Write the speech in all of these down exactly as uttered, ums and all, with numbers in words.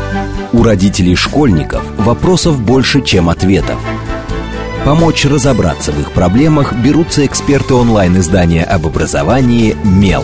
У родителей школьников вопросов больше, чем ответов. Помочь разобраться в их проблемах берутся эксперты онлайн-издания об образовании «Мел».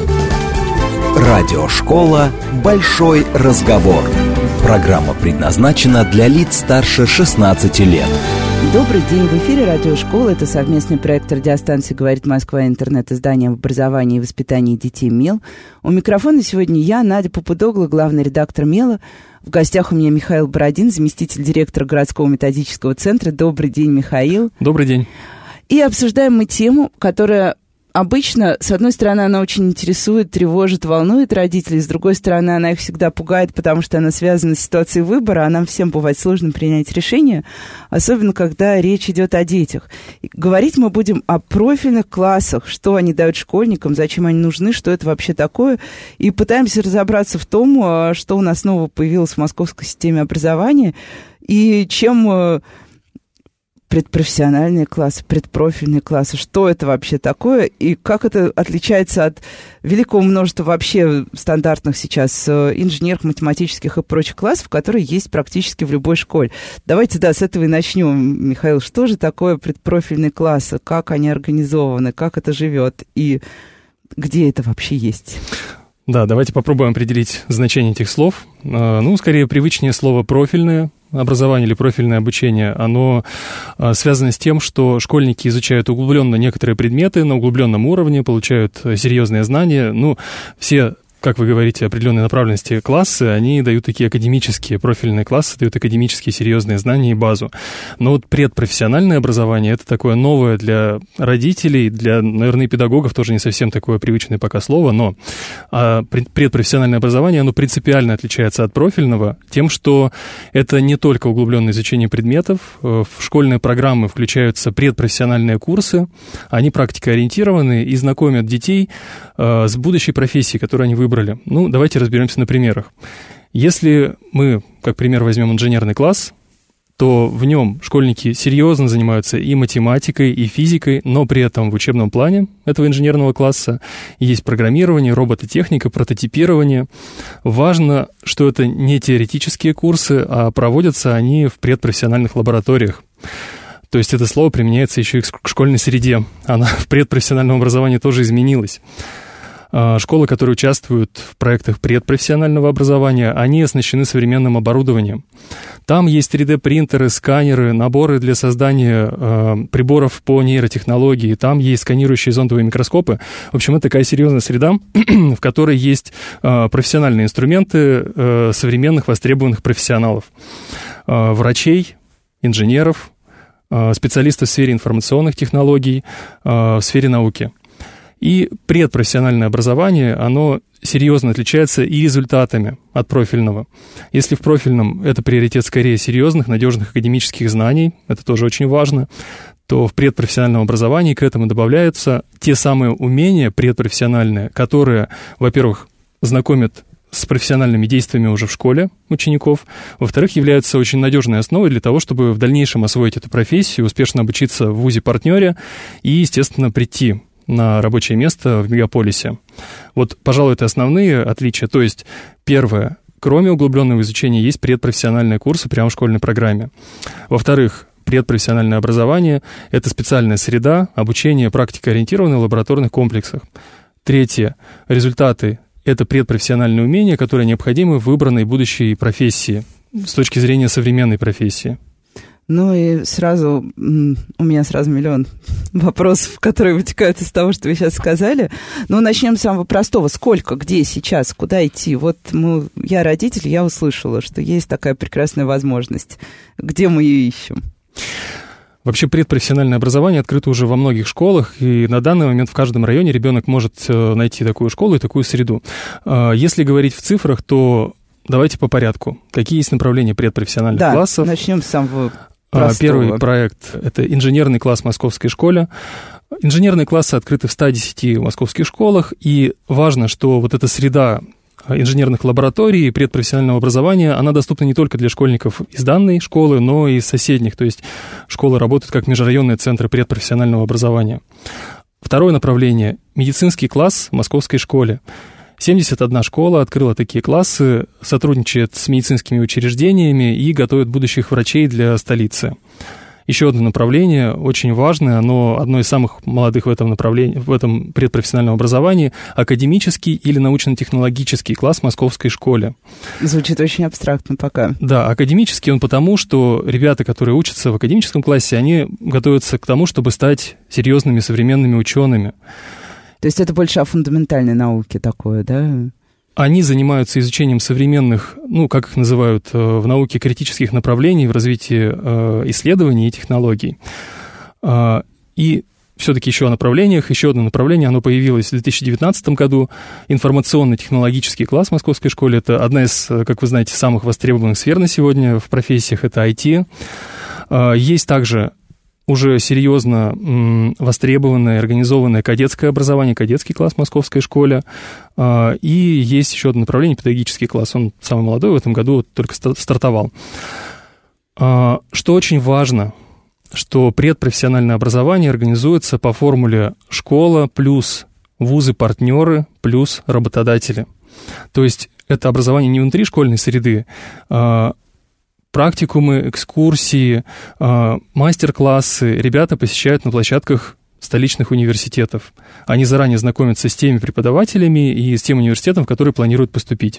Радиошкола «Большой разговор». Программа предназначена для лиц старше шестнадцати лет. Добрый день, в эфире радиошкола. Это совместный проект радиостанции «Говорит Москва» и интернет-издание об образовании и воспитании детей «Мел». У микрофона сегодня я, Надя Попудогла, главный редактор «Мела». В гостях у меня Михаил Бородин, заместитель директора городского методического центра. Добрый день, Михаил. Добрый день. И обсуждаем мы тему, которая обычно, с одной стороны, она очень интересует, тревожит, волнует родителей, с другой стороны, она их всегда пугает, потому что она связана с ситуацией выбора, а нам всем бывает сложно принять решение, особенно когда речь идет о детях. И говорить мы будем о профильных классах, что они дают школьникам, зачем они нужны, что это вообще такое, и пытаемся разобраться в том, что у нас снова появилось в московской системе образования, и чем предпрофессиональные классы, предпрофильные классы, что это вообще такое, и как это отличается от великого множества вообще стандартных сейчас инженерных, математических и прочих классов, которые есть практически в любой школе. Давайте, да, с этого и начнем, Михаил. Что же такое предпрофильные классы, как они организованы, как это живет, и где это вообще есть? Да, давайте попробуем определить значение этих слов. Ну, скорее, привычнее слово «профильное». Образование или профильное обучение, оно а, связано с тем, что школьники изучают углубленно некоторые предметы на углубленном уровне, получают серьезные знания. Ну, все, как вы говорите, определенные направленности классы, они дают такие академические, профильные классы, дают академические серьезные знания и базу. Но вот предпрофессиональное образование — это такое новое для родителей, для, наверное, и педагогов, тоже не совсем такое привычное пока слово, но а предпрофессиональное образование, оно принципиально отличается от профильного тем, что это не только углубленное изучение предметов, в школьные программы включаются предпрофессиональные курсы, они практикоориентированы и знакомят детей а, с будущей профессией, которую они выбрали. Ну, давайте разберемся на примерах. Если мы, как пример, возьмем инженерный класс, то в нем школьники серьезно занимаются и математикой, и физикой, но при этом в учебном плане этого инженерного класса есть программирование, робототехника, прототипирование. Важно, что это не теоретические курсы, а проводятся они в предпрофессиональных лабораториях. То есть это слово применяется еще и к школьной среде. Она в предпрофессиональном образовании тоже изменилась. Школы, которые участвуют в проектах предпрофессионального образования, они оснащены современным оборудованием. Там есть три дэ-принтеры, сканеры, наборы для создания э, приборов по нейротехнологии, там есть сканирующие зондовые микроскопы. В общем, это такая серьезная среда, в которой есть э, профессиональные инструменты э, современных востребованных профессионалов. Э, врачей, инженеров, э, специалистов в сфере информационных технологий, э, в сфере науки. И предпрофессиональное образование, оно серьезно отличается и результатами от профильного. Если в профильном это приоритет скорее серьезных, надежных академических знаний, это тоже очень важно, то в предпрофессиональном образовании к этому добавляются те самые умения предпрофессиональные, которые, во-первых, знакомят с профессиональными действиями уже в школе учеников, во-вторых, являются очень надежной основой для того, чтобы в дальнейшем освоить эту профессию, успешно обучиться в вузе-партнере и, естественно, прийти на рабочее место в мегаполисе. Вот, пожалуй, это основные отличия. То есть, первое, кроме углубленного изучения, есть предпрофессиональные курсы прямо в школьной программе. Во-вторых, предпрофессиональное образование – это специальная среда обучения практикоориентированной в лабораторных комплексах. Третье, результаты – это предпрофессиональные умения, которые необходимы в выбранной будущей профессии с точки зрения современной профессии. Ну и сразу, у меня сразу миллион вопросов, которые вытекают из того, что вы сейчас сказали. Ну, начнем с самого простого. Сколько, где, сейчас, куда идти? Вот мы, я родитель, я услышала, что есть такая прекрасная возможность. Где мы ее ищем? Вообще предпрофессиональное образование открыто уже во многих школах, и на данный момент в каждом районе ребенок может найти такую школу и такую среду. Если говорить в цифрах, то давайте по порядку. Какие есть направления предпрофессиональных да, классов? Начнем с самого простого. Первый проект – это инженерный класс в московской школе. Инженерные классы открыты в ста десяти московских школах, и важно, что вот эта среда инженерных лабораторий и предпрофессионального образования, она доступна не только для школьников из данной школы, но и из соседних. То есть школы работают как межрайонные центры предпрофессионального образования. Второе направление – медицинский класс в московской школе. семьдесят одна школа открыла такие классы, сотрудничает с медицинскими учреждениями и готовит будущих врачей для столицы. Еще одно направление, очень важное, оно одно из самых молодых в этом направлении, в этом предпрофессиональном образовании, академический или научно-технологический класс в московской школе. Звучит очень абстрактно пока. Да, академический он потому, что ребята, которые учатся в академическом классе, они готовятся к тому, чтобы стать серьезными современными учеными. То есть это больше о фундаментальной науке такое, да? Они занимаются изучением современных, ну, как их называют в науке, критических направлений в развитии исследований и технологий. И все-таки еще о направлениях. Еще одно направление, оно появилось в две тысячи девятнадцатом году. Информационно-технологический класс в московской школе. Это одна из, как вы знаете, самых востребованных сфер на сегодня в профессиях. Это ай ти. Есть также уже серьезно м, востребованное, организованное кадетское образование, кадетский класс в московской школе. А, и есть еще одно направление, педагогический класс. Он самый молодой, в этом году только стартовал. А, что очень важно, что предпрофессиональное образование организуется по формуле школа плюс вузы-партнеры плюс работодатели. То есть это образование не внутри школьной среды, а практикумы, экскурсии, мастер-классы ребята посещают на площадках столичных университетов. Они заранее знакомятся с теми преподавателями и с тем университетом, в который планируют поступить.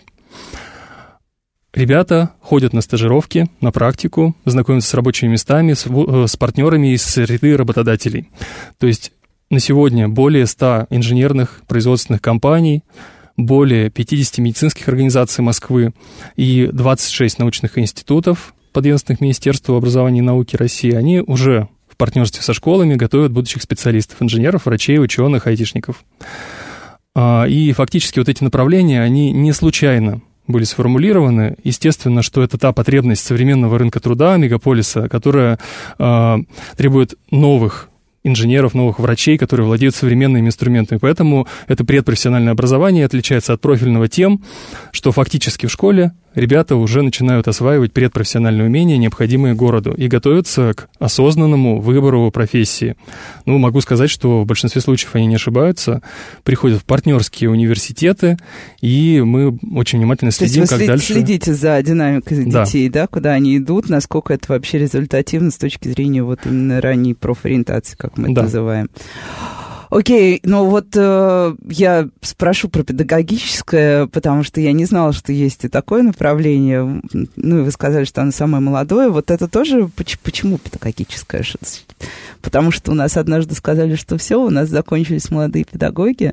Ребята ходят на стажировки, на практику, знакомятся с рабочими местами, с, с партнерами из среды работодателей. То есть на сегодня более ста инженерных производственных компаний, более пятьдесят медицинских организаций Москвы и двадцать шесть научных институтов, подведомственных Министерству образования и науки России, они уже в партнерстве со школами готовят будущих специалистов, инженеров, врачей, ученых, айтишников. И фактически вот эти направления, они не случайно были сформулированы. Естественно, что это та потребность современного рынка труда, мегаполиса, которая требует новых инженеров, новых врачей, которые владеют современными инструментами. Поэтому это предпрофессиональное образование отличается от профильного тем, что фактически в школе ребята уже начинают осваивать предпрофессиональные умения, необходимые городу, и готовятся к осознанному выбору профессии. Ну, могу сказать, что в большинстве случаев они не ошибаются, приходят в партнерские университеты, и мы очень внимательно следим, как след, дальше... следите за динамикой детей, да. да, куда они идут, насколько это вообще результативно с точки зрения вот именно ранней профориентации, как мы да. это называем. Окей, ну вот э, я спрошу про педагогическое, потому что я не знала, что есть и такое направление. Ну, и вы сказали, что оно самое молодое. Вот это тоже почему педагогическое? Потому что у нас однажды сказали, что все, у нас закончились молодые педагоги.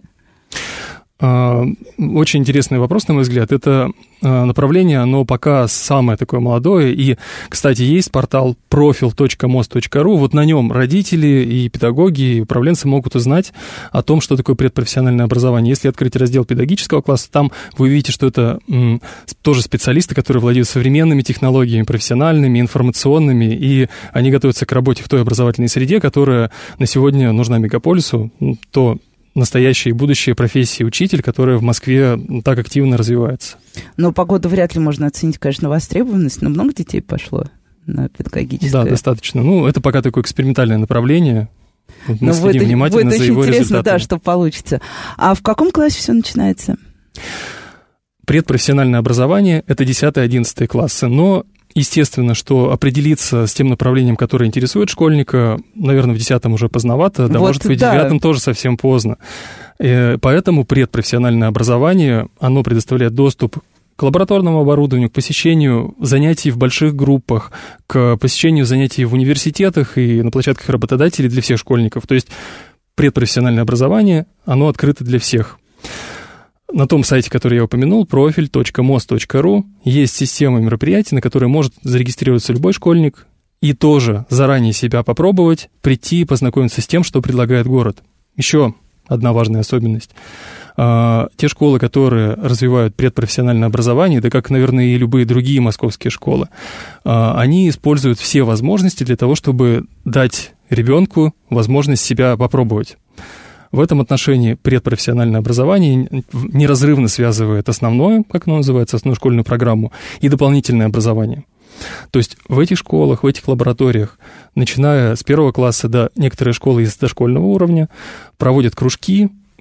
Очень интересный вопрос, на мой взгляд. Это направление, оно пока самое такое молодое. И, кстати, есть портал профиль точка мост точка ру. Вот на нем родители и педагоги, и управленцы могут узнать о том, что такое предпрофессиональное образование. Если открыть раздел педагогического класса, там вы увидите, что это м, тоже специалисты, которые владеют современными технологиями, профессиональными, информационными, и они готовятся к работе в той образовательной среде, которая на сегодня нужна мегаполису. То настоящие и будущие профессии учитель, которая в Москве так активно развивается. Но по году вряд ли можно оценить, конечно, востребованность, но много детей пошло на педагогическое. Да, достаточно. Ну, это пока такое экспериментальное направление. Мы но следим будет, внимательно будет за его очень интересно, результатами. Да, что получится. А в каком классе все начинается? Предпрофессиональное образование – это десятый-одиннадцатый классы, но естественно, что определиться с тем направлением, которое интересует школьника, наверное, в десятом уже поздновато, да, вот, может быть, в да. девятом тоже совсем поздно. И поэтому предпрофессиональное образование, оно предоставляет доступ к лабораторному оборудованию, к посещению занятий в больших группах, к посещению занятий в университетах и на площадках работодателей для всех школьников. То есть предпрофессиональное образование, оно открыто для всех. На том сайте, который я упомянул, профиль точка мост точка ру, есть система мероприятий, на которые может зарегистрироваться любой школьник и тоже заранее себя попробовать, прийти и познакомиться с тем, что предлагает город. Еще одна важная особенность. Те школы, которые развивают предпрофессиональное образование, да как, наверное, и любые другие московские школы, они используют все возможности для того, чтобы дать ребенку возможность себя попробовать. В этом отношении предпрофессиональное образование неразрывно связывает основное, как оно называется, основную школьную программу, и дополнительное образование. То есть в этих школах, в этих лабораториях, начиная с первого класса до некоторые школы из дошкольного уровня, проводят кружки,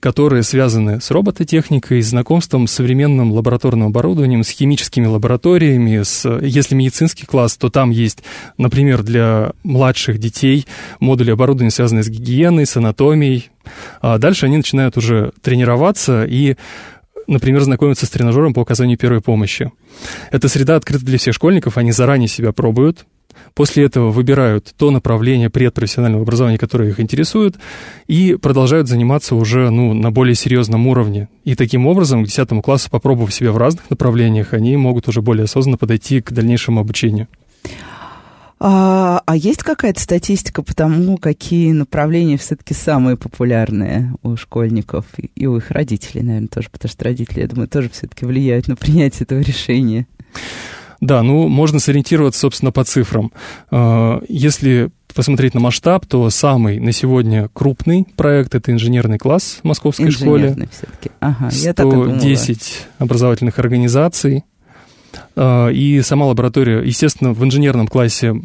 которые связаны с робототехникой, с знакомством с современным лабораторным оборудованием, с химическими лабораториями. С, если медицинский класс, то там есть, например, для младших детей модули оборудования, связанные с гигиеной, с анатомией. А дальше они начинают уже тренироваться и, например, знакомиться с тренажером по оказанию первой помощи. Эта среда открыта для всех школьников, они заранее себя пробуют. После этого выбирают то направление предпрофессионального образования, которое их интересует, и продолжают заниматься уже ну, на более серьезном уровне. И таким образом, к десятому классу, попробовав себя в разных направлениях, они могут уже более осознанно подойти к дальнейшему обучению. А, а есть какая-то статистика по тому, какие направления все-таки самые популярные у школьников и, и у их родителей, наверное, тоже, потому что родители, я думаю, тоже все-таки влияют на принятие этого решения? Да, ну, можно сориентироваться, собственно, по цифрам. Если посмотреть на масштаб, то самый на сегодня крупный проект – это инженерный класс в Московской школе. Инженерный все-таки. Ага, я так и думала. сто десять образовательных организаций. И сама лаборатория, естественно, в инженерном классе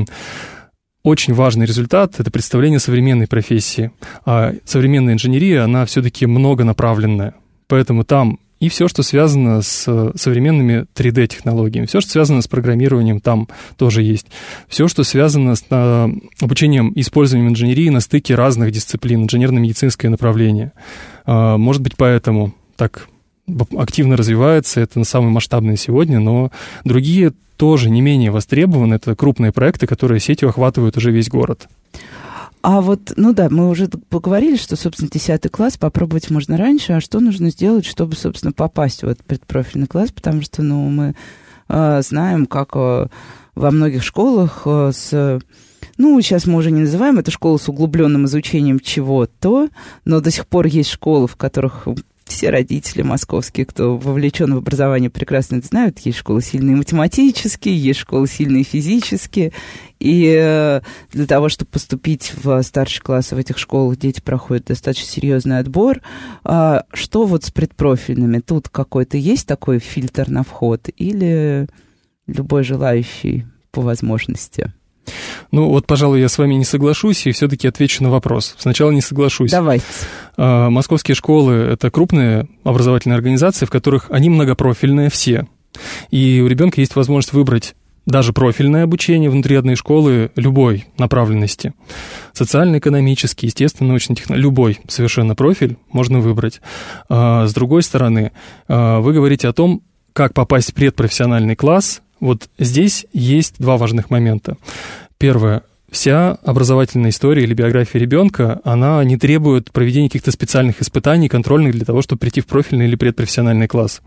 очень важный результат – это представление современной профессии. А современная инженерия, она все-таки многонаправленная. Поэтому там и все, что связано с современными три дэ-технологиями, все, что связано с программированием, там тоже есть. Все, что связано с а, обучением и использованием инженерии на стыке разных дисциплин, инженерно-медицинское направление. А, может быть, поэтому так активно развивается, это самые масштабные сегодня, но другие тоже не менее востребованы. Это крупные проекты, которые сетью охватывают уже весь город. А вот, ну да, мы уже поговорили, что, собственно, десятый класс попробовать можно раньше, а что нужно сделать, чтобы, собственно, попасть в этот предпрофильный класс, потому что, ну, мы э, знаем, как э, во многих школах э, с... Ну, сейчас мы уже не называем это школу с углубленным изучением чего-то, но до сих пор есть школы, в которых... Все родители московские, кто вовлечен в образование, прекрасно это знают. Есть школы сильные математические, есть школы сильные физические. И для того, чтобы поступить в старшие классы в этих школах, дети проходят достаточно серьезный отбор. Что вот с предпрофильными? Тут какой-то есть такой фильтр на вход? Или любой желающий по возможности? Ну, вот, пожалуй, я с вами не соглашусь и все-таки отвечу на вопрос. Сначала не соглашусь. Давайте. Московские школы – это крупные образовательные организации, в которых они многопрофильные все. И у ребенка есть возможность выбрать даже профильное обучение внутри одной школы любой направленности. Социально-экономический, естественно-научный, техно... любой совершенно профиль можно выбрать. С другой стороны, вы говорите о том, как попасть в предпрофессиональный класс. Вот здесь есть два важных момента. Первое. Вся образовательная история или биография ребенка, она не требует проведения каких-то специальных испытаний, контрольных для того, чтобы прийти в профильный или предпрофессиональный класс.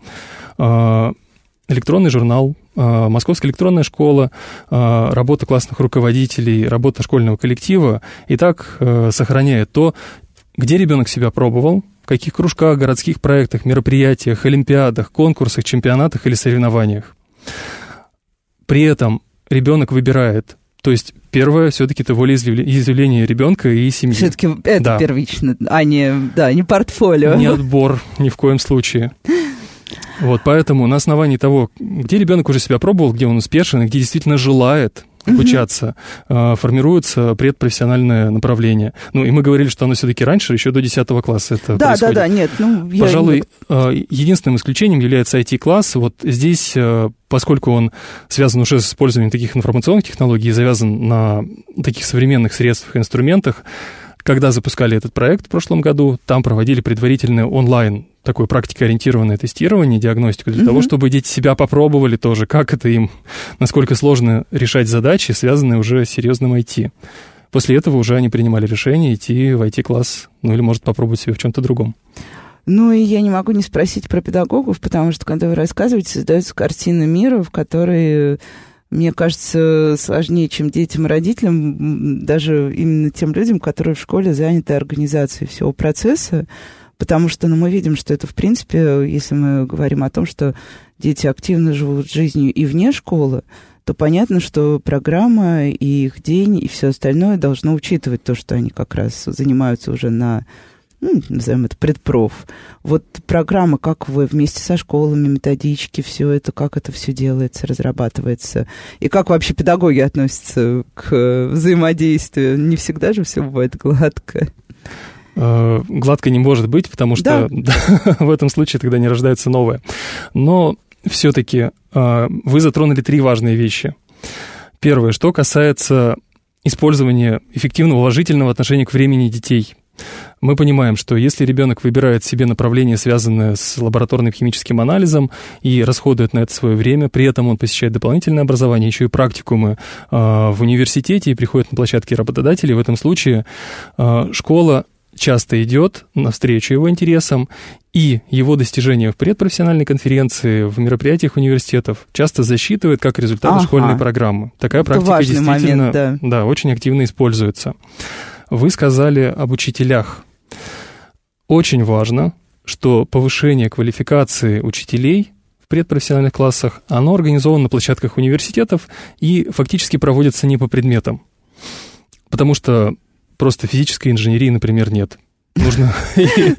Электронный журнал, Московская электронная школа, работа классных руководителей, работа школьного коллектива и так сохраняет то, где ребенок себя пробовал, в каких кружках, городских проектах, мероприятиях, олимпиадах, конкурсах, чемпионатах или соревнованиях. При этом ребенок выбирает, то есть первое все-таки это волеизъявление ребенка и семьи. Все-таки это да. Первично, а не, да, не портфолио. Не отбор ни в коем случае. Вот, поэтому на основании того, где ребенок уже себя пробовал, где он успешен, и где действительно желает обучаться, uh-huh. формируется предпрофессиональное направление. Ну, и мы говорили, что оно все-таки раньше, еще до десятого класса это да, происходит. Да, да, нет. Ну, Пожалуй, я... единственным исключением является ай ти-класс. Вот здесь, поскольку он связан уже с использованием таких информационных технологий, завязан на таких современных средствах и инструментах, когда запускали этот проект в прошлом году, там проводили предварительное онлайн, такое практикоориентированное тестирование, диагностику, для mm-hmm. того, чтобы дети себя попробовали тоже, как это им, насколько сложно решать задачи, связанные уже с серьезным ай ти. После этого уже они принимали решение идти в ай ти-класс, ну или, может, попробовать себя в чем-то другом. Ну, и я не могу не спросить про педагогов, потому что, когда вы рассказываете, создается картина мира, в которой... Мне кажется, сложнее, чем детям и родителям, даже именно тем людям, которые в школе заняты организацией всего процесса, потому что ну, мы видим, что это, в принципе, если мы говорим о том, что дети активно живут жизнью и вне школы, то понятно, что программа и их день, и все остальное должно учитывать то, что они как раз занимаются уже на... ну, назовем это предпроф. Вот программа, как вы вместе со школами, методички, все это, как это все делается, разрабатывается, и как вообще педагоги относятся к взаимодействию? Не всегда же все бывает гладко. гладко не может быть, потому что да. в этом случае тогда не рождается новое. Но все-таки вы затронули три важные вещи. Первое, что касается использования эффективного уважительного отношения к времени детей. Мы понимаем, что если ребенок выбирает себе направление, связанное с лабораторным химическим анализом, и расходует на это свое время, при этом он посещает дополнительное образование, еще и практикумы э, в университете и приходит на площадки работодателей, в этом случае э, школа часто идет навстречу его интересам, и его достижения в предпрофессиональной конференции, в мероприятиях университетов часто засчитывают как результаты ага. школьной программы. Такая это практика действительно момент, да. Да, очень активно используется. Вы сказали об учителях. Очень важно, что повышение квалификации учителей в предпрофессиональных классах, оно организовано на площадках университетов и фактически проводится не по предметам. Потому что просто физической инженерии, например, нет. Нужно и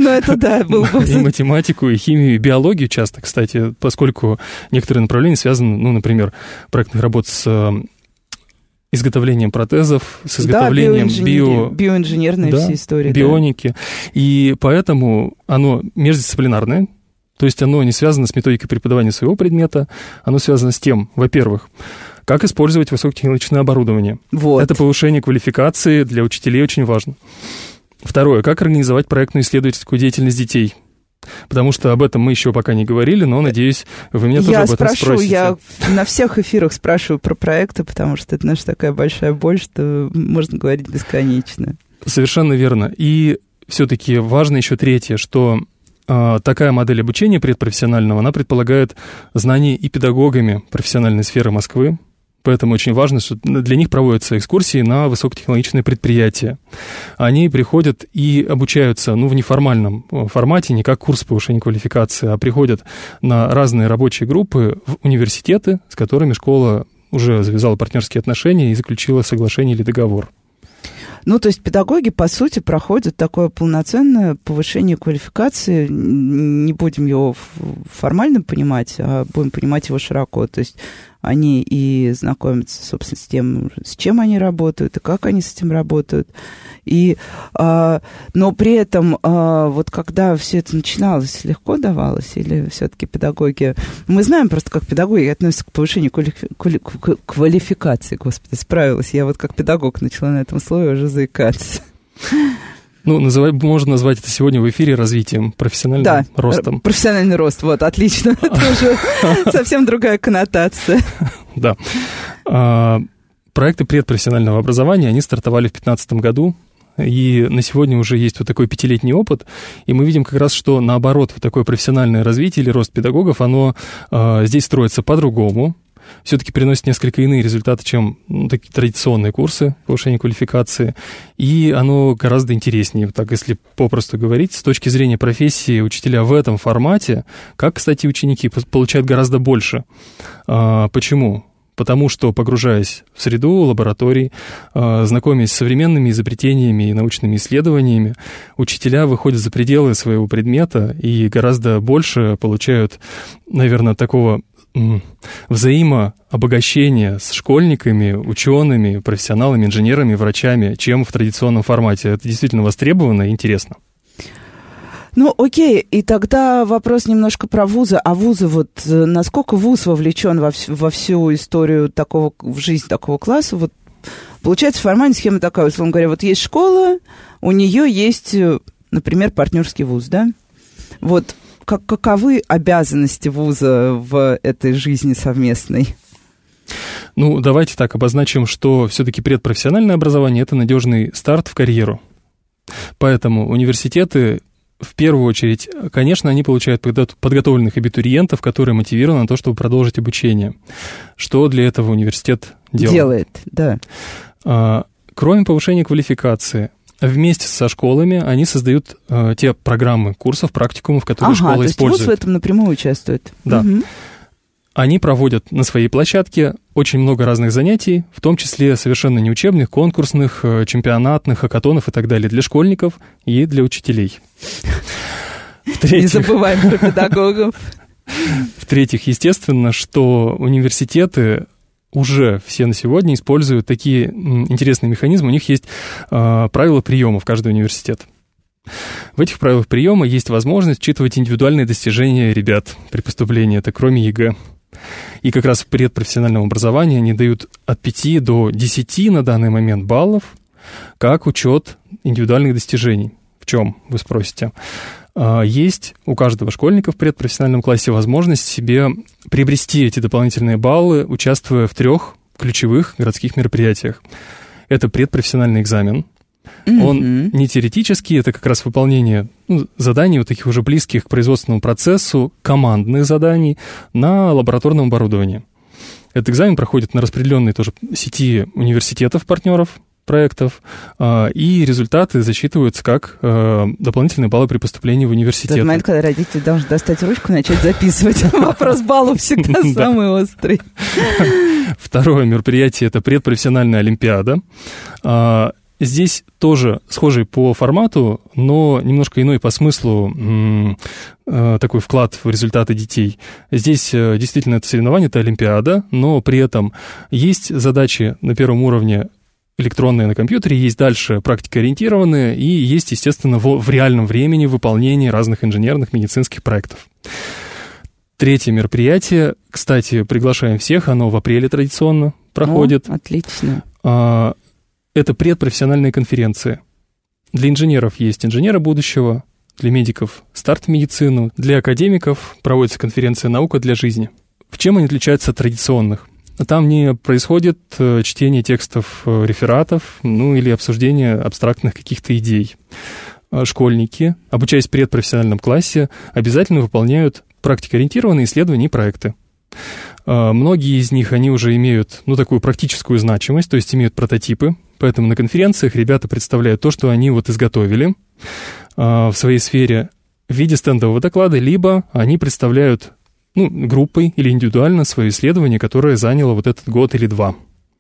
математику, и химию, и биологию часто, кстати, поскольку некоторые направления связаны, ну, например, проектных работ с изготовлением протезов, с изготовлением да, био... биоинженерные да, все истории. Бионики. Да. И поэтому оно междисциплинарное, то есть оно не связано с методикой преподавания своего предмета, оно связано с тем, во-первых, как использовать высокотехнологичное оборудование. Вот. Это повышение квалификации для учителей очень важно. Второе, как организовать проектную исследовательскую деятельность детей. Потому что об этом мы еще пока не говорили, но, надеюсь, вы меня тоже я об этом спрошу, спросите. Я на всех эфирах спрашиваю про проекты, потому что это наша такая большая боль, что можно говорить бесконечно. Совершенно верно. И все-таки важно еще третье, что э, такая модель обучения предпрофессионального, она предполагает знание и педагогами профессиональной сферы Москвы. Поэтому очень важно, что для них проводятся экскурсии на высокотехнологичные предприятия. Они приходят и обучаются, ну, в неформальном формате, не как курс повышения квалификации, а приходят на разные рабочие группы в университеты, с которыми школа уже завязала партнерские отношения и заключила соглашение или договор. Ну, то есть педагоги, по сути, проходят такое полноценное повышение квалификации. Не будем его формально понимать, а будем понимать его широко. То есть они и знакомятся, собственно, с тем, с чем они работают, и как они с этим работают. И, а, но при этом, а, вот когда все это начиналось, легко давалось? Или все-таки педагоги... Мы знаем просто, как педагоги относятся к повышению квали... Квали... квалификации. Господи, справилась. Я вот как педагог начала на этом слове уже заикаться. Ну, называй, можно назвать это сегодня в эфире развитием, профессиональным да, ростом. Да, профессиональный рост, вот, отлично. Это уже совсем другая коннотация. Да. Проекты предпрофессионального образования, они стартовали в две тысячи пятнадцатом году, и на сегодня уже есть вот такой пятилетний опыт, и мы видим как раз, что наоборот, вот такое профессиональное развитие или рост педагогов, оно здесь строится по-другому, все-таки приносит несколько иные результаты, чем ну, такие традиционные курсы повышения квалификации, и оно гораздо интереснее, так если попросту говорить, с точки зрения профессии учителя в этом формате, как, кстати, ученики получают гораздо больше. А, почему? Потому что, погружаясь в среду лабораторий, знакомясь с современными изобретениями и научными исследованиями, учителя выходят за пределы своего предмета и гораздо больше получают, наверное, такого взаимообогащения с школьниками, учеными, профессионалами, инженерами, врачами, чем в традиционном формате. Это действительно востребовано и интересно. Ну, окей, и тогда вопрос немножко про вузы. А вузы, вот насколько вуз вовлечен во, вс- во всю историю такого, в жизнь такого класса? Вот получается формальная схема такая, условно говоря, вот есть школа, у нее есть, например, партнерский вуз, да? Вот как, каковы обязанности вуза в этой жизни совместной? Ну, давайте так обозначим, что все-таки предпрофессиональное образование – это надежный старт в карьеру. Поэтому университеты, в первую очередь, конечно, они получают подготовленных абитуриентов, которые мотивированы на то, чтобы продолжить обучение. Что для этого университет делает? Делает, да. А, кроме повышения квалификации, вместе со школами они создают а, те программы курсов, практикумов, которые ага, школа то есть использует. вуз в этом напрямую участвует. Да. Угу. Они проводят на своей площадке очень много разных занятий, в том числе совершенно неучебных, конкурсных, чемпионатных, хакатонов и так далее для школьников и для учителей. Не забываем про педагогов. В-третьих, естественно, что университеты уже все на сегодня используют такие интересные механизмы. У них есть правила приема в каждый университет. В этих правилах приема есть возможность учитывать индивидуальные достижения ребят при поступлении, это кроме ЕГЭ. И как раз в предпрофессиональном образовании они дают от пяти до десяти на данный момент баллов как учет индивидуальных достижений. В чем, вы спросите? Есть у каждого школьника в предпрофессиональном классе возможность себе приобрести эти дополнительные баллы, участвуя в трех ключевых городских мероприятиях. Это предпрофессиональный экзамен. Mm-hmm. Он не теоретический, это как раз выполнение ну, заданий, вот таких уже близких к производственному процессу, командных заданий на лабораторном оборудовании. Этот экзамен проходит на распределенной тоже сети университетов-партнеров проектов, и результаты засчитываются как дополнительные баллы при поступлении в университет. Тот момент, когда родители должны достать ручку и начать записывать. Вопрос баллов всегда самый острый. Второе мероприятие – это предпрофессиональная олимпиада. Здесь тоже схожий по формату, но немножко иной по смыслу такой вклад в результаты детей. Здесь действительно это соревнование, это олимпиада, но при этом есть задачи на первом уровне электронные на компьютере, есть дальше практикоориентированные и есть, естественно, в, в реальном времени выполнение разных инженерных, медицинских проектов. Третье мероприятие, кстати, приглашаем всех, оно в апреле традиционно проходит. О, отлично. Это предпрофессиональные конференции. Для инженеров есть инженеры будущего, для медиков старт в медицину, для академиков проводится конференция «Наука для жизни». В чем они отличаются от традиционных? Там не происходит чтение текстов рефератов, ну или обсуждение абстрактных каких-то идей. Школьники, обучаясь в предпрофессиональном классе, обязательно выполняют практикоориентированные исследования и проекты. Многие из них, они уже имеют, ну, такую практическую значимость, то есть имеют прототипы, поэтому на конференциях ребята представляют то, что они вот изготовили в своей сфере в виде стендового доклада, либо они представляют ну, группой или индивидуально свое исследование, которое заняло вот этот год или два.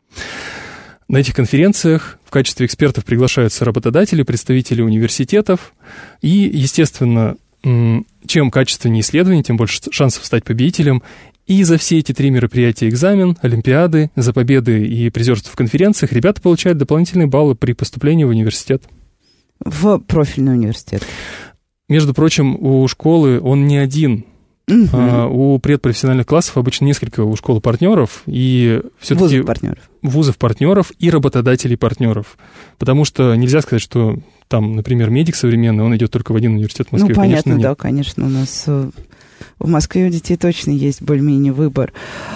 На этих конференциях в качестве экспертов приглашаются работодатели, представители университетов, и, естественно, чем качественнее исследование, тем больше шансов стать победителем. И за все эти три мероприятия, экзамен, олимпиады, за победы и призерство в конференциях, ребята получают дополнительные баллы при поступлении в университет. В профильный университет. Между прочим, у школы он не один. Угу. А, у предпрофессиональных классов обычно несколько у школы партнеров и все-таки вузов партнеров. вузов партнеров и работодателей партнеров, потому что нельзя сказать, что там, например, медик современный, он идет только в один университет в Москве. Ну понятно, конечно, да, конечно, у нас в Москве у детей точно есть более-менее выбор.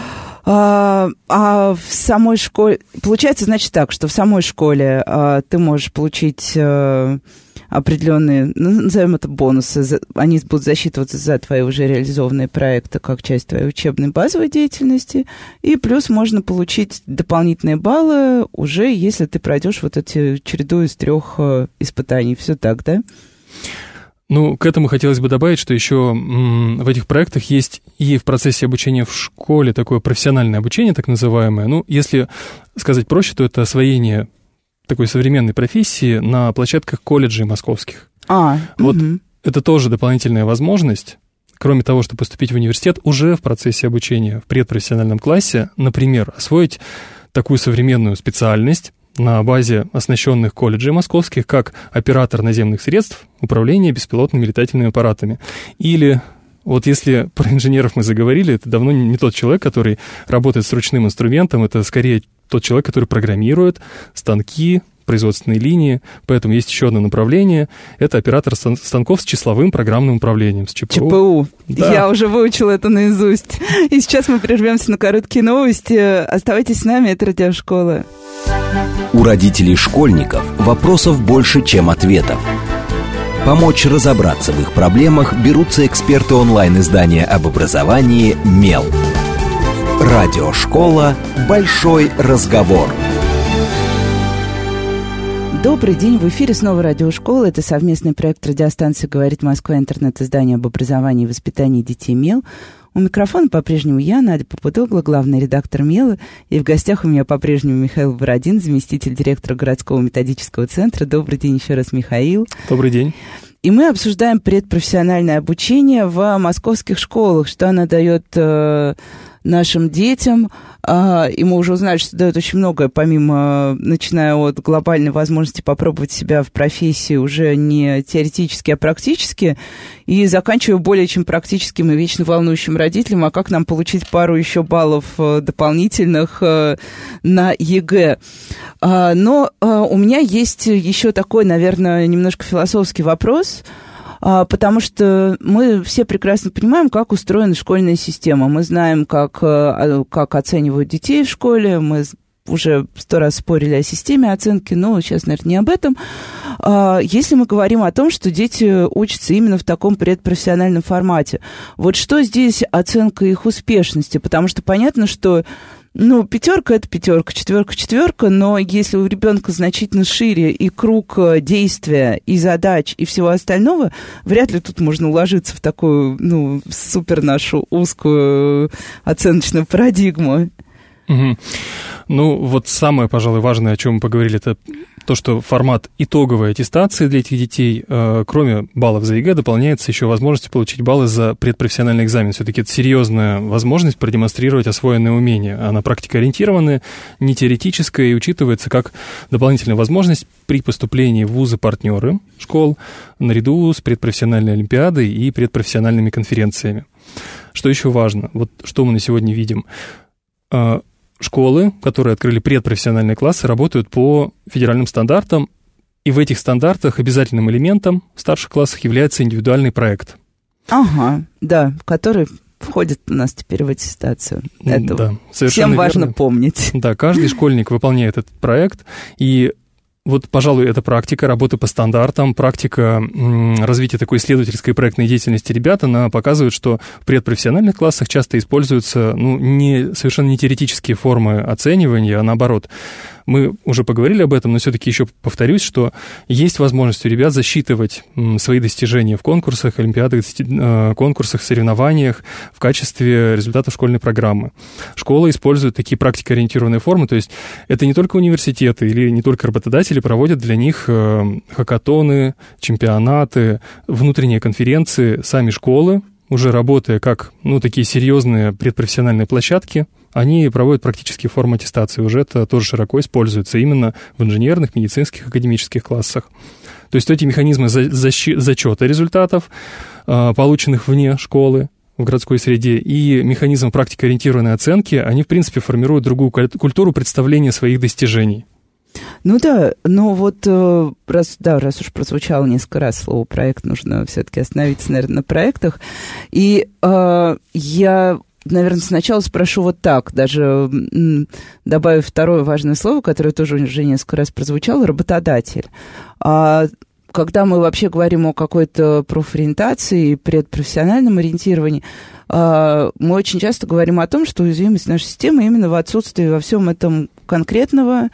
А, а в самой школе получается, значит, так, что в самой школе а, ты можешь получить а, определенные, ну, назовем это бонусы, за, они будут засчитываться за твои уже реализованные проекты как часть твоей учебной базовой деятельности, и плюс можно получить дополнительные баллы уже, если ты пройдешь вот эти череду из трех а, испытаний. Все так, да? Ну, к этому хотелось бы добавить, что еще м, в этих проектах есть и в процессе обучения в школе такое профессиональное обучение, так называемое. Ну, если сказать проще, то это освоение такой современной профессии на площадках колледжей московских. А, вот угу. Это тоже дополнительная возможность, кроме того, чтобы поступить в университет, уже в процессе обучения в предпрофессиональном классе, например, освоить такую современную специальность на базе оснащенных колледжей московских, как оператор наземных средств управления беспилотными летательными аппаратами. Или, вот если про инженеров мы заговорили, это давно не тот человек, который работает с ручным инструментом, это скорее тот человек, который программирует станки, производственные линии. Поэтому есть еще одно направление. Это оператор станков с числовым программным управлением, с ЧПУ. ЧПУ. Да. Я уже выучила это наизусть. И сейчас мы прервемся на короткие новости. Оставайтесь с нами, это Радиошкола. У родителей школьников вопросов больше, чем ответов. Помочь разобраться в их проблемах берутся эксперты онлайн-издания об образовании «Мел». Радиошкола «Большой разговор». Добрый день, в эфире снова Радиошкола. Это совместный проект радиостанции «Говорит Москва», интернет-издание об образовании и воспитании детей «Мел». У микрофона по-прежнему я, Надя Попудогла, главный редактор «Мела». И в гостях у меня по-прежнему Михаил Бородин, заместитель директора городского методического центра. Добрый день еще раз, Михаил. Добрый день. И мы обсуждаем предпрофессиональное обучение в московских школах, что оно дает э, нашим детям. И мы уже узнали, что дают очень многое, помимо, начиная от глобальной возможности попробовать себя в профессии уже не теоретически, а практически, и заканчивая более чем практическим и вечно волнующим родителям, а как нам получить пару еще баллов дополнительных на ЕГЭ. Но у меня есть еще такой, наверное, немножко философский вопрос, потому что мы все прекрасно понимаем, как устроена школьная система. Мы знаем, как, как оценивают детей в школе, мы уже сто раз спорили о системе оценки, но сейчас, наверное, не об этом. Если мы говорим о том, что дети учатся именно в таком предпрофессиональном формате, вот что здесь оценка их успешности? Потому что понятно, что ну, пятерка – это пятерка, четверка – четверка, но если у ребенка значительно шире и круг действия, и задач, и всего остального, вряд ли тут можно уложиться в такую, ну, супер нашу узкую оценочную парадигму. Угу. Ну, вот самое, пожалуй, важное, о чем мы поговорили, это то, что формат итоговой аттестации для этих детей, э, кроме баллов за ЕГЭ, дополняется еще возможностью получить баллы за предпрофессиональный экзамен. Все-таки это серьезная возможность продемонстрировать освоенные умения. Она практикоориентированная, не теоретическая и учитывается как дополнительная возможность при поступлении в вузы-партнеры школ наряду с предпрофессиональной олимпиадой и предпрофессиональными конференциями. Что еще важно? Вот что мы на сегодня видим? Э, Школы, которые открыли предпрофессиональные классы, работают по федеральным стандартам, и в этих стандартах обязательным элементом в старших классах является индивидуальный проект. Ага, да, который входит у нас теперь в аттестацию. Это да, всем важно верно. Помнить. Да, каждый школьник выполняет этот проект, и вот, пожалуй, это практика работы по стандартам, практика м, развития такой исследовательской проектной деятельности ребят, она показывает, что в предпрофессиональных классах часто используются ну, не, совершенно не теоретические формы оценивания, а наоборот. Мы уже поговорили об этом, но все-таки еще повторюсь, что есть возможность у ребят засчитывать м, свои достижения в конкурсах, олимпиадах, э, конкурсах, соревнованиях в качестве результатов школьной программы. Школа использует такие практикоориентированные формы, то есть это не только университеты или не только работодатели проводят для них э, хакатоны, чемпионаты, внутренние конференции, сами школы, уже работая как ну, такие серьезные предпрофессиональные площадки, они проводят практические формы аттестации. Уже это тоже широко используется именно в инженерных, медицинских, академических классах. То есть эти механизмы зачета результатов, полученных вне школы, в городской среде, и механизм практикоориентированной оценки, они, в принципе, формируют другую культуру представления своих достижений. Ну да, но вот раз, да, раз уж прозвучало несколько раз слово «проект», нужно все-таки остановиться, наверное, на проектах. И э, я... Наверное, сначала спрошу вот так, даже добавив второе важное слово, которое тоже уже несколько раз прозвучало, работодатель. А когда мы вообще говорим о какой-то профориентации и предпрофессиональном ориентировании, мы очень часто говорим о том, что уязвимость нашей системы именно в отсутствии во всем этом конкретного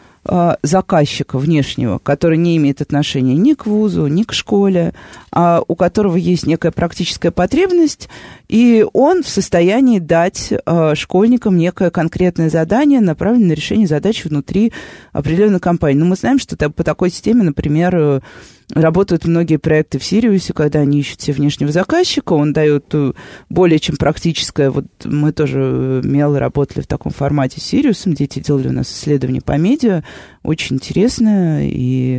заказчика внешнего, который не имеет отношения ни к вузу, ни к школе, а у которого есть некая практическая потребность, и он в состоянии дать а, школьникам некое конкретное задание, направленное на решение задач внутри определенной компании. Но мы знаем, что по такой системе, например, работают многие проекты в Сириусе, когда они ищут себе внешнего заказчика, он дает более чем практическое, вот мы тоже мело работали в таком формате с Сириусом, дети делали у нас исследования по медиа, очень интересное и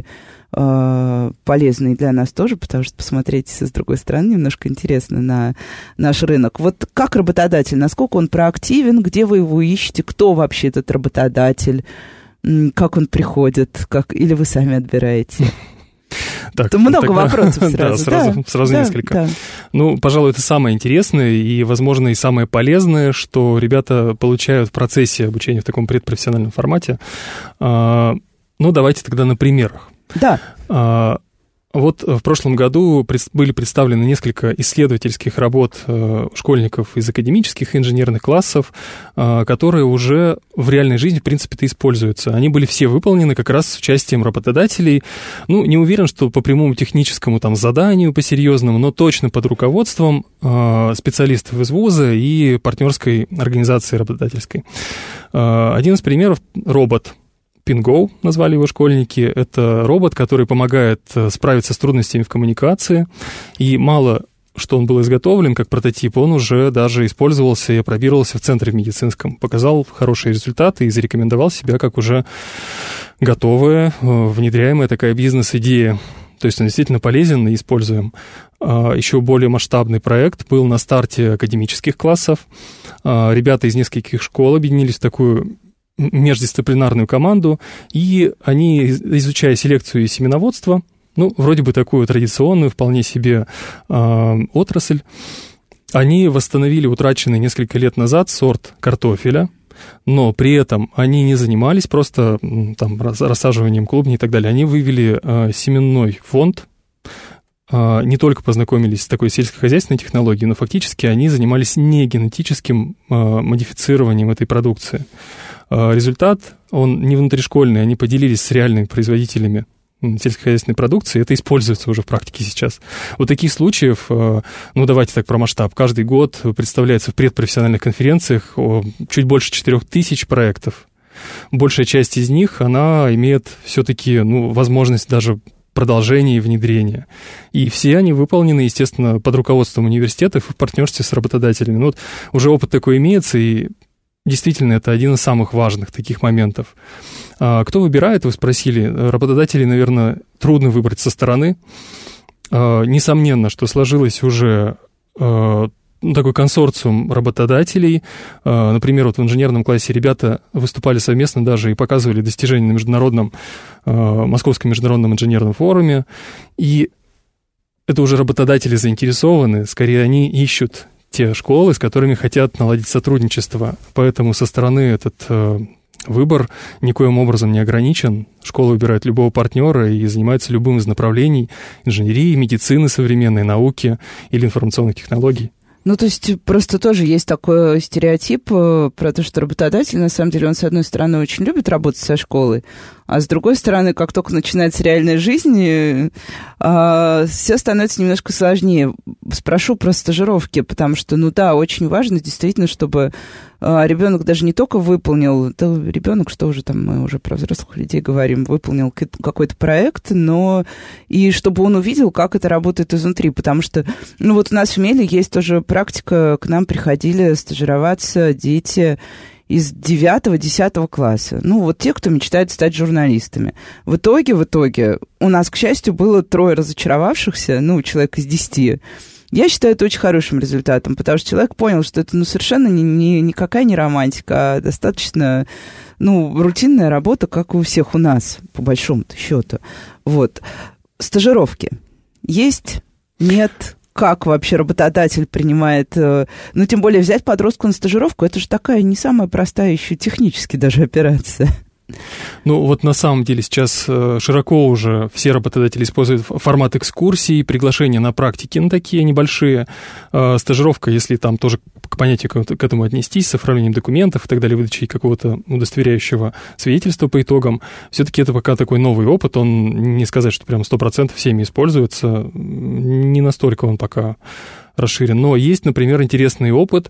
э, полезное для нас тоже, потому что посмотреть с другой стороны немножко интересно на наш рынок. Вот как работодатель, насколько он проактивен, где вы его ищете, кто вообще этот работодатель, как он приходит, как, или вы сами отбираете? Так, Тут много тогда, вопросов сразу. Да, сразу, да, сразу да, несколько. Да. Ну, пожалуй, это самое интересное и, возможно, и самое полезное, что ребята получают в процессе обучения в таком предпрофессиональном формате. А, ну, давайте тогда на примерах. Да. А, вот в прошлом году были представлены несколько исследовательских работ школьников из академических и инженерных классов, которые уже в реальной жизни, в принципе-то, используются. Они были все выполнены как раз с участием работодателей. Ну, не уверен, что по прямому техническому там заданию, по серьезному, но точно под руководством специалистов из вуза и партнерской организации работодательской. Один из примеров – робот. Pingo назвали его школьники. Это робот, который помогает справиться с трудностями в коммуникации. И мало что он был изготовлен как прототип, он уже даже использовался и опробировался в центре медицинском. Показал хорошие результаты и зарекомендовал себя как уже готовая, внедряемая такая бизнес-идея. То есть он действительно полезен и используем. Еще более масштабный проект был на старте академических классов. Ребята из нескольких школ объединились в такую междисциплинарную команду, и они, изучая селекцию и семеноводство, ну, вроде бы такую традиционную, вполне себе отрасль, они восстановили утраченный несколько лет назад сорт картофеля, но при этом они не занимались просто там рассаживанием клубней и так далее. Они вывели э, семенной фонд, э, не только познакомились с такой сельскохозяйственной технологией, но фактически они занимались не генетическим э, модифицированием этой продукции. Э, результат, он не внутришкольный, они поделились с реальными производителями сельскохозяйственной продукции, это используется уже в практике сейчас. Вот таких случаев, ну давайте так про масштаб, каждый год представляется в предпрофессиональных конференциях чуть больше четырех тысяч проектов. Большая часть из них, она имеет все-таки, ну, возможность даже продолжения и внедрения. И все они выполнены, естественно, под руководством университетов и в партнерстве с работодателями. Ну, вот уже опыт такой имеется, и действительно, это один из самых важных таких моментов. Кто выбирает, вы спросили. Работодателей, наверное, трудно выбрать со стороны. Несомненно, что сложилось уже такой консорциум работодателей. Например, вот в инженерном классе ребята выступали совместно даже и показывали достижения на международном, Московском международном инженерном форуме. И это уже работодатели заинтересованы, скорее они ищут те школы, с которыми хотят наладить сотрудничество. Поэтому со стороны этот э, выбор никоим образом не ограничен. Школа выбирает любого партнера и занимается любым из направлений инженерии, медицины современной, науки или информационных технологий. Ну, то есть просто тоже есть такой стереотип про то, что работодатель, на самом деле, он, с одной стороны, очень любит работать со школой, а с другой стороны, как только начинается реальная жизнь, а, все становится немножко сложнее. Спрошу про стажировки, потому что, ну да, очень важно действительно, чтобы а, ребенок даже не только выполнил, да, ребенок, что уже там, мы уже про взрослых людей говорим, выполнил какой-то проект, но и чтобы он увидел, как это работает изнутри, потому что, ну вот у нас в МЕЛе есть тоже практика, к нам приходили стажироваться дети из девятого-десятого класса. Ну, вот те, кто мечтает стать журналистами. В итоге, в итоге, у нас, к счастью, было трое разочаровавшихся, ну, человек из десяти. Я считаю это очень хорошим результатом, потому что человек понял, что это, ну, совершенно не, не, никакая не романтика, а достаточно, ну, рутинная работа, как у всех у нас, по большому-то счету. Вот. Стажировки. Есть? Нет? Как вообще работодатель принимает, ну, тем более взять подростка на стажировку, это же такая не самая простая еще технически даже операция. Ну, вот на самом деле сейчас широко уже все работодатели используют формат экскурсий, приглашения на практики, ну, такие небольшие. Стажировка, если там тоже к понятию к этому отнестись, с оформлением документов и так далее, выдачей какого-то удостоверяющего свидетельства по итогам, все-таки это пока такой новый опыт, он не сказать, что прям сто процентов всеми используется, не настолько он пока расширен. Но есть, например, интересный опыт,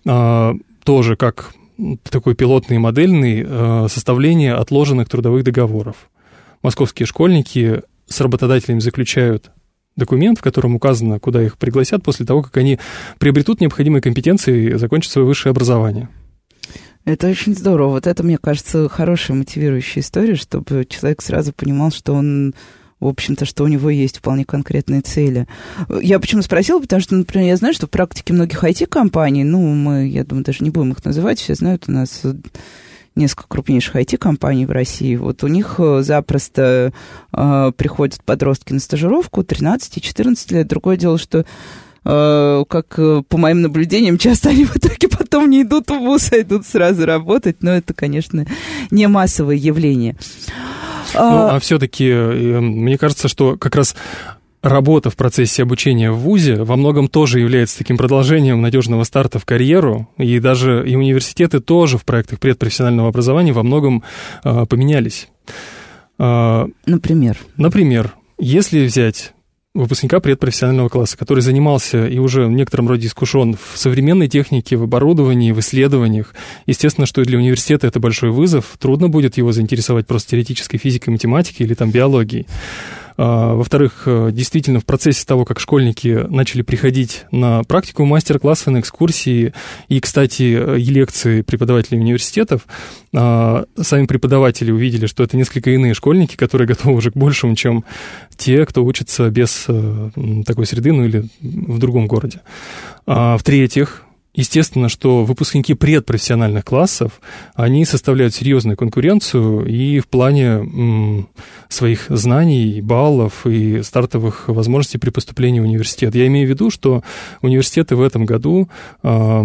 тоже как такой пилотный и модельный, э, составление отложенных трудовых договоров. Московские школьники с работодателями заключают документ, в котором указано, куда их пригласят после того, как они приобретут необходимые компетенции и закончат свое высшее образование. Это очень здорово. Вот это, мне кажется, хорошая мотивирующая история, чтобы человек сразу понимал, что он... в общем-то, что у него есть вполне конкретные цели. Я почему спросила, потому что, например, я знаю, что в практике многих ай ти-компаний, ну, мы, я думаю, даже не будем их называть, все знают, у нас несколько крупнейших ай ти-компаний в России, вот у них запросто э, приходят подростки на стажировку тринадцать-четырнадцать лет. Другое дело, что э, как по моим наблюдениям, часто они в итоге потом не идут в вуз, а идут сразу работать, но это, конечно, не массовое явление. Ну, а все-таки, мне кажется, что как раз работа в процессе обучения в вузе во многом тоже является таким продолжением надежного старта в карьеру, и даже и университеты тоже в проектах предпрофессионального образования во многом а, поменялись. А, например? Например, если взять выпускника предпрофессионального класса, который занимался и уже в некотором роде искушен в современной технике, в оборудовании, в исследованиях. Естественно, что и для университета это большой вызов. Трудно будет его заинтересовать просто теоретической физикой, математикой или там биологией. Во-вторых, действительно, в процессе того, как школьники начали приходить на практику, мастер-классы, на экскурсии и, кстати, и лекции преподавателей университетов, сами преподаватели увидели, что это несколько иные школьники, которые готовы уже к большему, чем те, кто учится без такой среды, ну или в другом городе. В-третьих, естественно, что выпускники предпрофессиональных классов, они составляют серьезную конкуренцию и в плане м, своих знаний, баллов и стартовых возможностей при поступлении в университет. Я имею в виду, что университеты в этом году, э,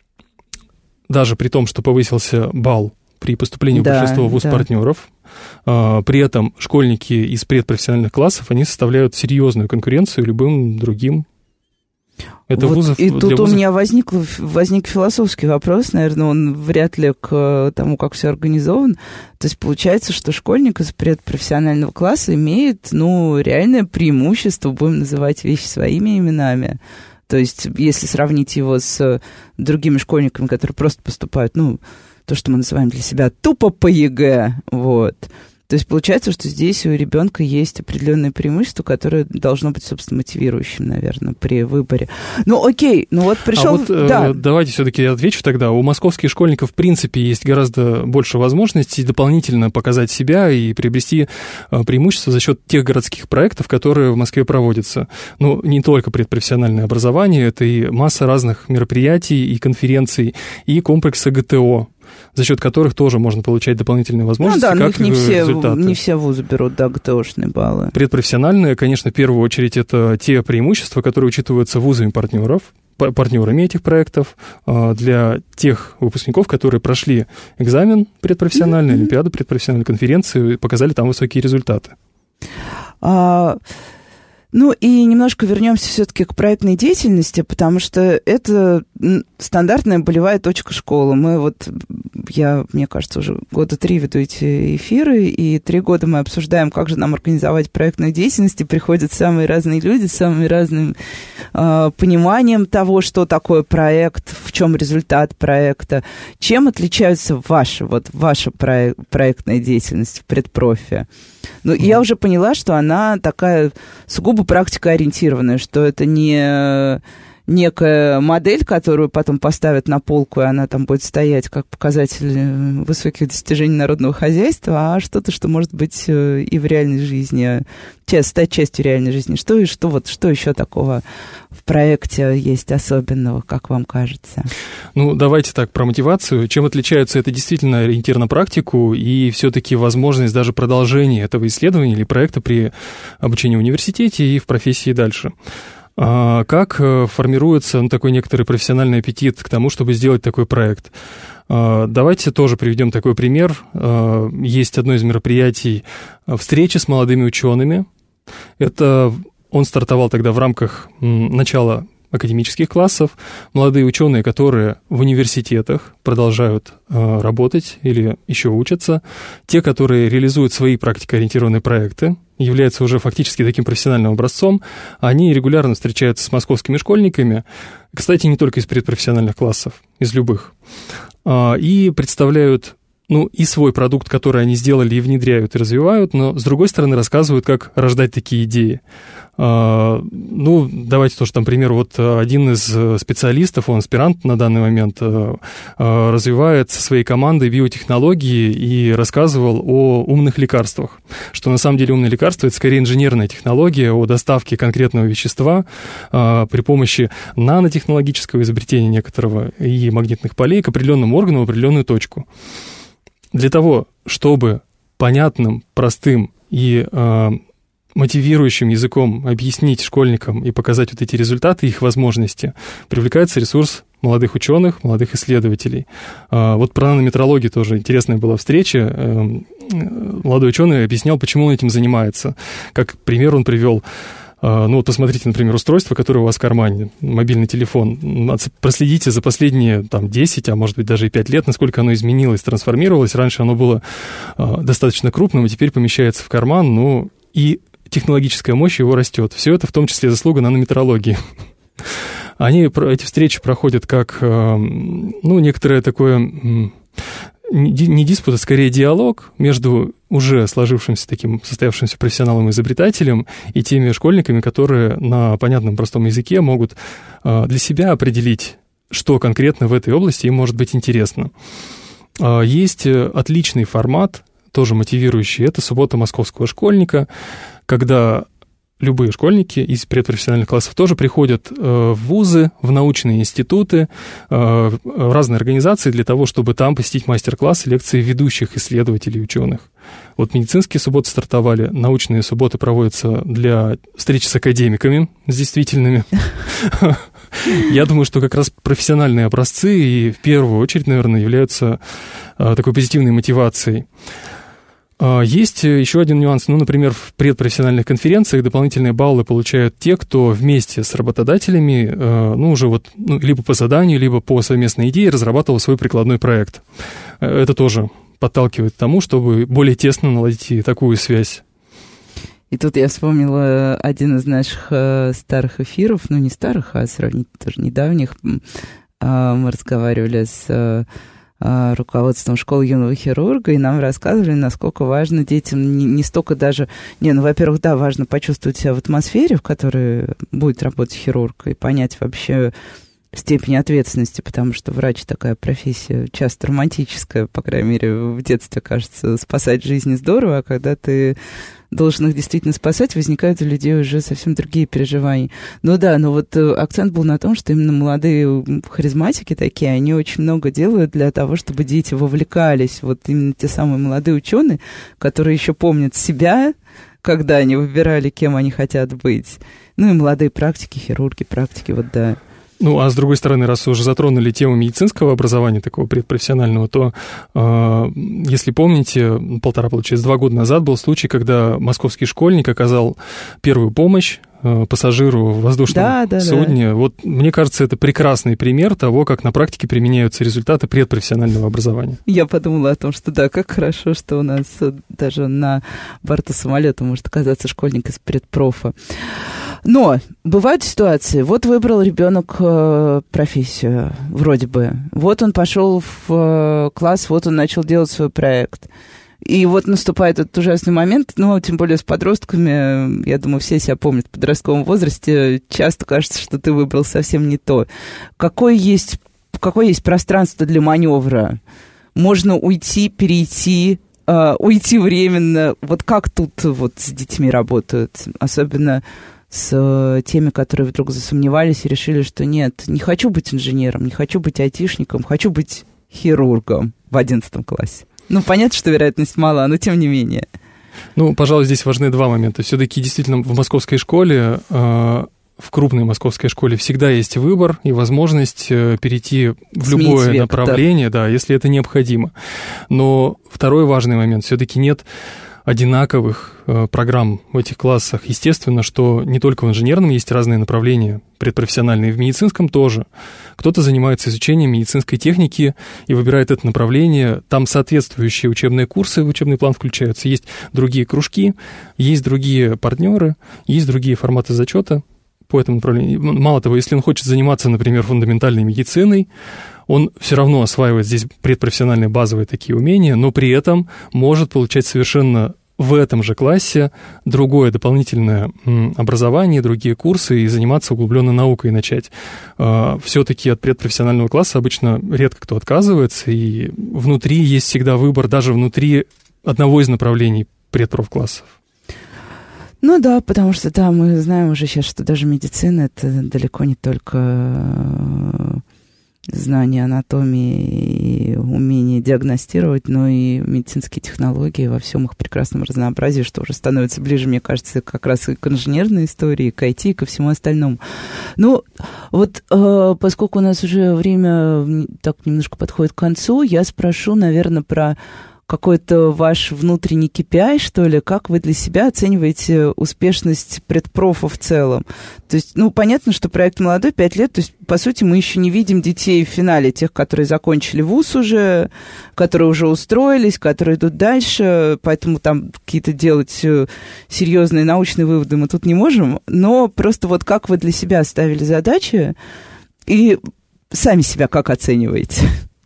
даже при том, что повысился балл при поступлении да, в большинство вуз-партнеров, да. э, при этом школьники из предпрофессиональных классов, они составляют серьезную конкуренцию любым другим. Это вот вузов, и тут вузов... у меня возник, возник философский вопрос, наверное, он вряд ли к тому, как все организовано. То есть получается, что школьник из предпрофессионального класса имеет, ну, реальное преимущество, будем называть вещи своими именами. То есть если сравнить его с другими школьниками, которые просто поступают, ну, то, что мы называем для себя тупо по ЕГЭ, вот. То есть получается, что здесь у ребенка есть определенное преимущество, которое должно быть, собственно, мотивирующим, наверное, при выборе. Ну, окей, ну вот пришел... А вот да. э, давайте все-таки я отвечу тогда. У московских школьников, в принципе, есть гораздо больше возможностей дополнительно показать себя и приобрести э, преимущество за счет тех городских проектов, которые в Москве проводятся. Ну, не только предпрофессиональное образование, это и масса разных мероприятий и конференций, и комплексы ГТО, за счет которых тоже можно получать дополнительные возможности, ну, да, как не все, результаты. Не все вузы берут, да, ГТОшные баллы. Предпрофессиональные, конечно, в первую очередь, это те преимущества, которые учитываются вузами партнеров, партнерами этих проектов, для тех выпускников, которые прошли экзамен предпрофессиональный, mm-hmm. олимпиаду предпрофессиональной конференции и показали там высокие результаты. А... Ну и немножко вернемся все-таки к проектной деятельности, потому что это стандартная болевая точка школы. Мы вот, я, мне кажется, уже года три веду эти эфиры, и три года мы обсуждаем, как же нам организовать проектную деятельность, и приходят самые разные люди с самым разным э, пониманием того, что такое проект, в чем результат проекта. Чем отличаются ваши, вот ваша проек- проектная деятельность в предпрофи? Ну, mm. я уже поняла, что она такая сугубо практикоориентированная, что это не некая модель, которую потом поставят на полку, и она там будет стоять как показатель высоких достижений народного хозяйства, а что-то, что может быть и в реальной жизни, стать частью реальной жизни. Что и что, вот, что еще такого в проекте есть особенного, как вам кажется? Ну, давайте так, про мотивацию. Чем отличается? Это действительно ориентир на практику и все-таки возможность даже продолжения этого исследования или проекта при обучении в университете и в профессии дальше. Как формируется ну, такой некоторый профессиональный аппетит к тому, чтобы сделать такой проект? Давайте тоже приведем такой пример. Есть одно из мероприятий встречи с молодыми учеными. Это он стартовал тогда в рамках начала академических классов. Молодые ученые, которые в университетах продолжают э, работать или еще учатся. Те, которые реализуют свои практикоориентированные проекты, являются уже фактически таким профессиональным образцом. Они регулярно встречаются с московскими школьниками, кстати, не только из предпрофессиональных классов, из любых, э, и представляют ну, и свой продукт, который они сделали и внедряют, и развивают, но, с другой стороны, рассказывают, как рождать такие идеи. Uh, ну, давайте тоже там пример. Вот один из специалистов, он аспирант на данный момент, uh, uh, развивает со своей командой биотехнологии и рассказывал о умных лекарствах, что на самом деле умные лекарства — это скорее инженерная технология о доставке конкретного вещества uh, при помощи нанотехнологического изобретения некоторого и магнитных полей к определенному органу в определенную точку. Для того, чтобы понятным, простым и uh, мотивирующим языком объяснить школьникам и показать вот эти результаты, их возможности, привлекается ресурс молодых ученых, молодых исследователей. Вот про нанометрологию тоже интересная была встреча. Молодой ученый объяснял, почему он этим занимается. Как пример он привел: ну, вот посмотрите, например, устройство, которое у вас в кармане, мобильный телефон. Проследите за последние там, десять, а может быть даже и пять лет, насколько оно изменилось, трансформировалось. Раньше оно было достаточно крупным, а теперь помещается в карман, ну, и технологическая мощь его растет. Все это в том числе заслуга нанометрологии. Они, эти встречи проходят как, ну, некоторое такое не диспут, а скорее диалог между уже сложившимся таким состоявшимся профессионалом-изобретателем и теми школьниками, которые на понятном простом языке могут для себя определить, что конкретно в этой области им может быть интересно. Есть отличный формат, тоже мотивирующий, это «Суббота московского школьника», когда любые школьники из предпрофессиональных классов тоже приходят в вузы, в научные институты, в разные организации для того, чтобы там посетить мастер-классы, лекции ведущих исследователей и ученых. Вот медицинские субботы стартовали, научные субботы проводятся для встречи с академиками, с действительными. Я думаю, что как раз профессиональные образцы и в первую очередь, наверное, являются такой позитивной мотивацией. Есть еще один нюанс. Ну, например, в предпрофессиональных конференциях дополнительные баллы получают те, кто вместе с работодателями, ну, уже вот ну, либо по заданию, либо по совместной идее разрабатывал свой прикладной проект. Это тоже подталкивает к тому, чтобы более тесно наладить такую связь. И тут я вспомнила один из наших старых эфиров, ну, не старых, а сравнительно тоже недавних. Мы разговаривали с руководством школы юного хирурга, и нам рассказывали, насколько важно детям не, не столько даже... Не, ну, во-первых, да, важно почувствовать себя в атмосфере, в которой будет работать хирург, и понять вообще степень ответственности, потому что врач такая профессия часто романтическая, по крайней мере, в детстве, кажется, спасать жизни здорово, а когда ты должен их действительно спасать, возникают у людей уже совсем другие переживания. Ну да, но вот акцент был на том, что именно молодые харизматики такие, они очень много делают для того, чтобы дети вовлекались. Вот именно те самые молодые ученые, которые еще помнят себя, когда они выбирали, кем они хотят быть. Ну и молодые практики, хирурги, практики, вот да. Ну, а с другой стороны, раз уже затронули тему медицинского образования, такого предпрофессионального, то, э, если помните, полтора, получается, два года назад был случай, когда московский школьник оказал первую помощь э, пассажиру в воздушном да, да, судне. Да. Вот, мне кажется, это прекрасный пример того, как на практике применяются результаты предпрофессионального образования. Я подумала о том, что да, как хорошо, что у нас даже на борту самолета может оказаться школьник из предпрофа. Но бывают ситуации, вот выбрал ребенок э, профессию, вроде бы, вот он пошел в э, класс, вот он начал делать свой проект. И вот наступает этот ужасный момент, ну, тем более с подростками, я думаю, все себя помнят в подростковом возрасте, часто кажется, что ты выбрал совсем не то. Какое есть, какое есть пространство для маневра? Можно уйти, перейти, э, уйти временно. Вот как тут вот с детьми работают, особенно с теми, которые вдруг засомневались и решили, что нет, не хочу быть инженером, не хочу быть айтишником, хочу быть хирургом в одиннадцатом классе. Ну, понятно, что вероятность мала, но тем не менее. Ну, пожалуй, здесь важны два момента. Все-таки действительно в московской школе, э, в крупной московской школе всегда есть выбор и возможность э, перейти в Сменить любое век, направление, да. да, если это необходимо. Но второй важный момент, все-таки нет одинаковых э, программ в этих классах. Естественно, что не только в инженерном есть разные направления предпрофессиональные, в медицинском тоже. Кто-то занимается изучением медицинской техники и выбирает это направление. Там соответствующие учебные курсы в учебный план включаются. Есть другие кружки, есть другие партнеры, есть другие форматы зачета по этому направлению. Мало того, если он хочет заниматься, например, фундаментальной медициной, он все равно осваивает здесь предпрофессиональные базовые такие умения, но при этом может получать совершенно в этом же классе другое дополнительное образование, другие курсы и заниматься углубленно наукой начать. Все-таки от предпрофессионального класса обычно редко кто отказывается, и внутри есть всегда выбор, даже внутри одного из направлений предпрофклассов. Ну да, потому что, да, мы знаем уже сейчас, что даже медицина — это далеко не только знание анатомии и умение диагностировать, но и медицинские технологии во всем их прекрасном разнообразии, что уже становится ближе, мне кажется, как раз и к инженерной истории, к ай ти, и ко всему остальному. Ну, вот э, поскольку у нас уже время так немножко подходит к концу, я спрошу, наверное, про какой-то ваш внутренний кей пи ай, что ли, как вы для себя оцениваете успешность предпрофа в целом? То есть, ну, понятно, что проект молодой, пять лет, то есть, по сути, мы еще не видим детей в финале, тех, которые закончили вуз уже, которые уже устроились, которые идут дальше, поэтому там какие-то делать серьезные научные выводы мы тут не можем, но просто вот как вы для себя ставили задачи и сами себя как оцениваете?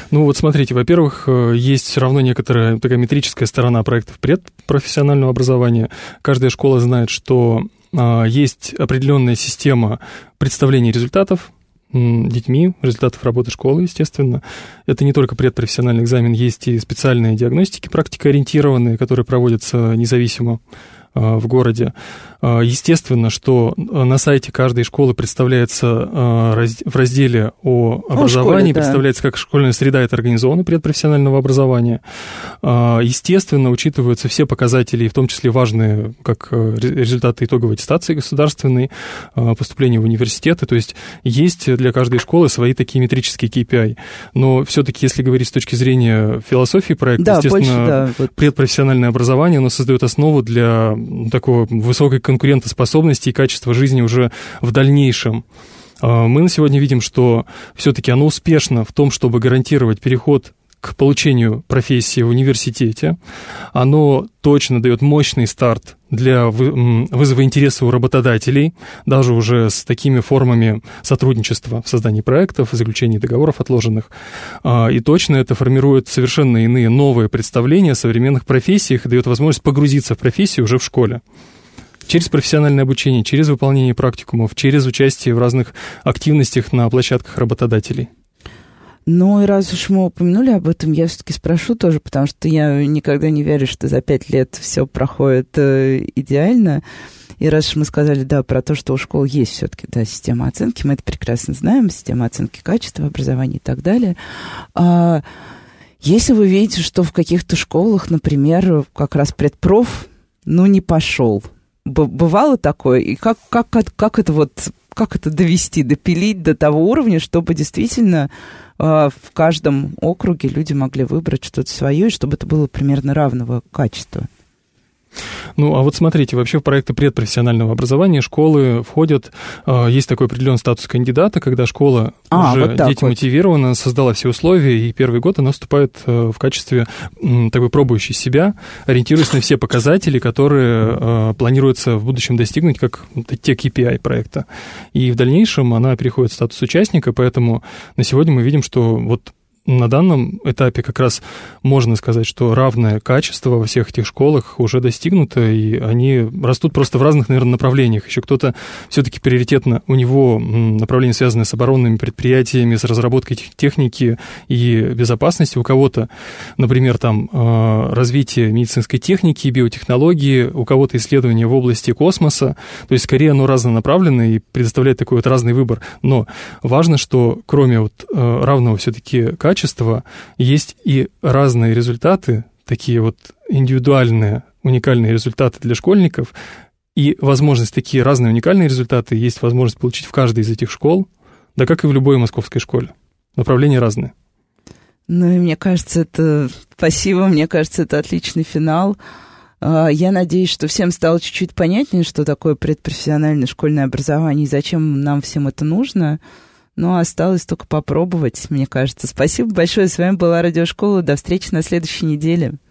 Ну вот смотрите, во-первых, есть все равно некоторая такая метрическая сторона проектов предпрофессионального образования. Каждая школа знает, что есть определенная система представления результатов детьми, результатов работы школы, естественно. Это не только предпрофессиональный экзамен, есть и специальные диагностики практикоориентированные, которые проводятся независимо в городе. Естественно, что на сайте каждой школы представляется в разделе о образовании, о школе, да. представляется, как школьная среда это организована предпрофессионального образования. Естественно, учитываются все показатели, в том числе важные, как результаты итоговой аттестации государственной, поступления в университеты. То есть есть для каждой школы свои такие метрические кей пи ай. Но все-таки, если говорить с точки зрения философии проекта, да, естественно, больше, да, вот. предпрофессиональное образование, оно создает основу для такого высокой конкурентоспособности и качества жизни уже в дальнейшем. Мы на сегодня видим, что все-таки оно успешно в том, чтобы гарантировать переход к получению профессии в университете. Оно точно дает мощный старт для вызова интереса у работодателей, даже уже с такими формами сотрудничества в создании проектов, в заключении договоров отложенных. И точно это формирует совершенно иные новые представления о современных профессиях и дает возможность погрузиться в профессию уже в школе. Через профессиональное обучение, через выполнение практикумов, через участие в разных активностях на площадках работодателей. Ну, и раз уж мы упомянули об этом, я все-таки спрошу тоже, потому что я никогда не верю, что за пять лет все проходит э, идеально. И раз уж мы сказали, да, про то, что у школ есть все-таки, да, система оценки, мы это прекрасно знаем, система оценки качества образования и так далее. А если вы видите, что в каких-то школах, например, как раз предпроф, ну, не пошел, бывало такое, и как, как, как это вот, как это довести, допилить до того уровня, чтобы действительно э, в каждом округе люди могли выбрать что-то свое, и чтобы это было примерно равного качества? Ну, а вот смотрите, вообще в проекты предпрофессионального образования школы входят, есть такой определенный статус кандидата, когда школа а, уже вот демотивирована, вот. создала все условия, и первый год она вступает в качестве такой пробующей себя, ориентируясь на все показатели, которые планируется в будущем достигнуть, как те кей пи ай проекта. И в дальнейшем она переходит в статус участника, поэтому на сегодня мы видим, что вот на данном этапе как раз можно сказать, что равное качество во всех этих школах уже достигнуто, и они растут просто в разных, наверное, направлениях. Еще кто-то все-таки приоритетно, у него направление, связанное с оборонными предприятиями, с разработкой техники и безопасности. У кого-то, например, там развитие медицинской техники, биотехнологии, у кого-то исследования в области космоса. То есть, скорее, оно разнонаправленное и предоставляет такой вот разный выбор. Но важно, что кроме вот равного все-таки качества, качества, есть и разные результаты, такие вот индивидуальные, уникальные результаты для школьников, и возможность такие разные уникальные результаты есть возможность получить в каждой из этих школ, да как и в любой московской школе. Направления разные. Ну и мне кажется, это... Спасибо, мне кажется, это отличный финал. Я надеюсь, что всем стало чуть-чуть понятнее, что такое предпрофессиональное школьное образование и зачем нам всем это нужно. Ну, осталось только попробовать, мне кажется. Спасибо большое. С вами была Радиошкола. До встречи на следующей неделе.